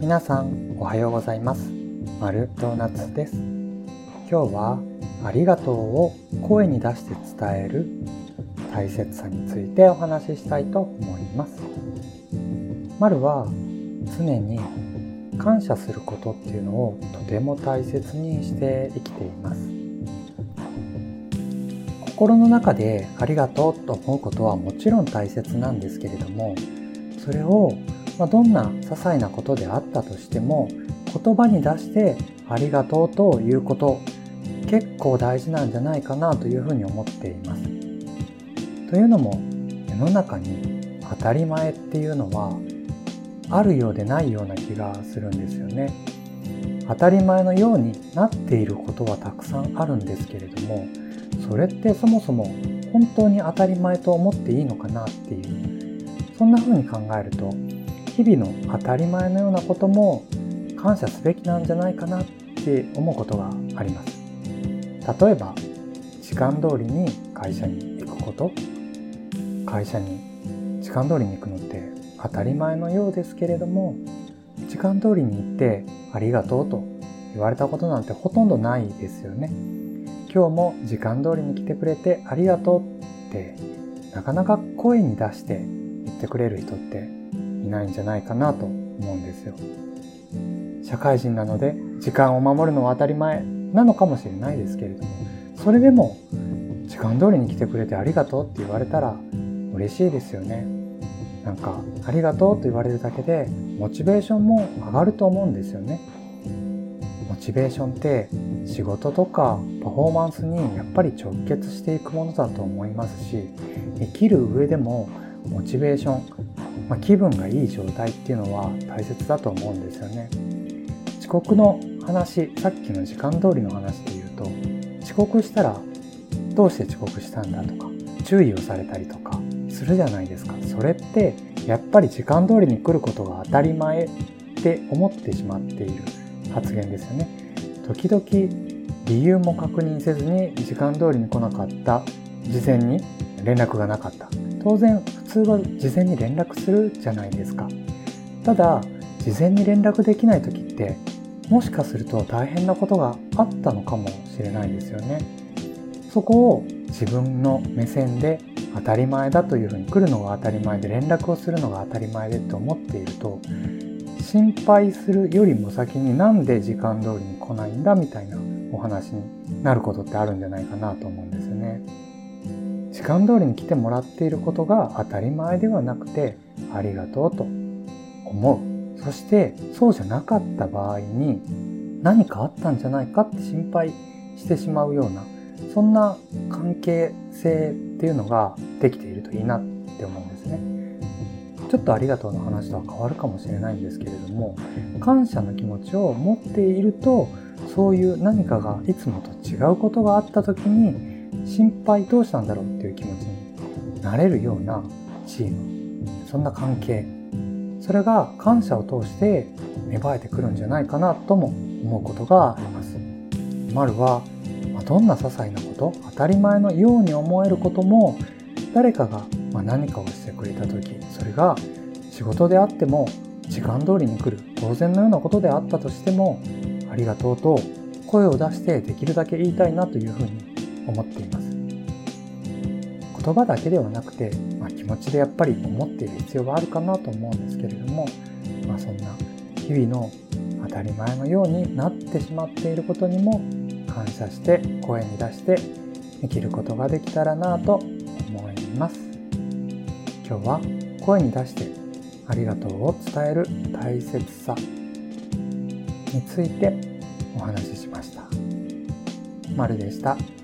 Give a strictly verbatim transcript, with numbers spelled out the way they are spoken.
皆さんおはようございます。マルドーナツです。今日はありがとうを声に出して伝える大切さについてお話ししたいと思います。マルは常に感謝することっていうのをとても大切にして生きています。心の中でありがとうと思うことはもちろん大切なんですけれども、それをまあ、どんな些細なことであったとしても言葉に出してありがとうということ結構大事なんじゃないかなというふうに思っています。というのも世の中に当たり前っていうのはあるようでないような気がするんですよね。当たり前のようになっていることはたくさんあるんですけれども、それってそもそも本当に当たり前と思っていいのかなっていう、そんなふうに考えると日々の当たり前のようなことも感謝すべきなんじゃないかなって思うことがあります。例えば時間通りに会社に行くこと、会社に時間通りに行くのって当たり前のようですけれども、時間通りに行ってありがとうと言われたことなんてほとんどないですよね。今日も時間通りに来てくれてありがとうってなかなか声に出して言ってくれる人っていないんじゃないかなと思うんですよ。社会人なので時間を守るのは当たり前なのかもしれないですけれども、それでも時間通りに来てくれてありがとうって言われたら嬉しいですよね。なんかありがとうと言われるだけでモチベーションも上がると思うんですよね。モチベーションって仕事とかパフォーマンスにやっぱり直結していくものだと思いますし、生きる上でもモチベーション、まあ、気分がいい状態っていうのは大切だと思うんですよね。遅刻の話、さっきの時間通りの話で言うと、遅刻したらどうして遅刻したんだとか注意をされたりとかするじゃないですか。それってやっぱり時間通りに来ることが当たり前って思ってしまっている発言ですよね。時々理由も確認せずに時間通りに来なかった、事前に連絡がなかった、当然普通は事前に連絡するじゃないですか。ただ事前に連絡できない時ってもしかすると大変なことがあったのかもしれないですよね。そこを自分の目線で当たり前だというふうに、来るのが当たり前で連絡をするのが当たり前でって思っていると、心配するよりも先になんで時間通りに来ないんだみたいなお話になることってあるんじゃないかなと思うんですよね。時間通りに来てもらっていることが当たり前ではなくてありがとうと思う。そしてそうじゃなかった場合に何かあったんじゃないかって心配してしまうような、そんな関係性っていうのができているといいなって思うんですね。ちょっとありがとうの話とは変わるかもしれないんですけれども、感謝の気持ちを持っていると、そういう何かがいつもと違うことがあった時に心配どうしたんだろうっていう気持ちになれるようなチーム、そんな関係、それが感謝を通して芽生えてくるんじゃないかなとも思うことがあります。マルはどんな些細なこと、当たり前のように思えることも、誰かが何かをしてくれた時、それが仕事であっても時間通りに来る当然のようなことであったとしても、ありがとうと声を出してできるだけ言いたいなというふうに思っています。言葉だけではなくて、まあ、気持ちでやっぱり思っている必要があるかなと思うんですけれども、まあ、そんな日々の当たり前のようになってしまっていることにも感謝して声に出して生きることができたらなと思います。今日は声に出してありがとうを伝える大切さについてお話ししました。まるでした。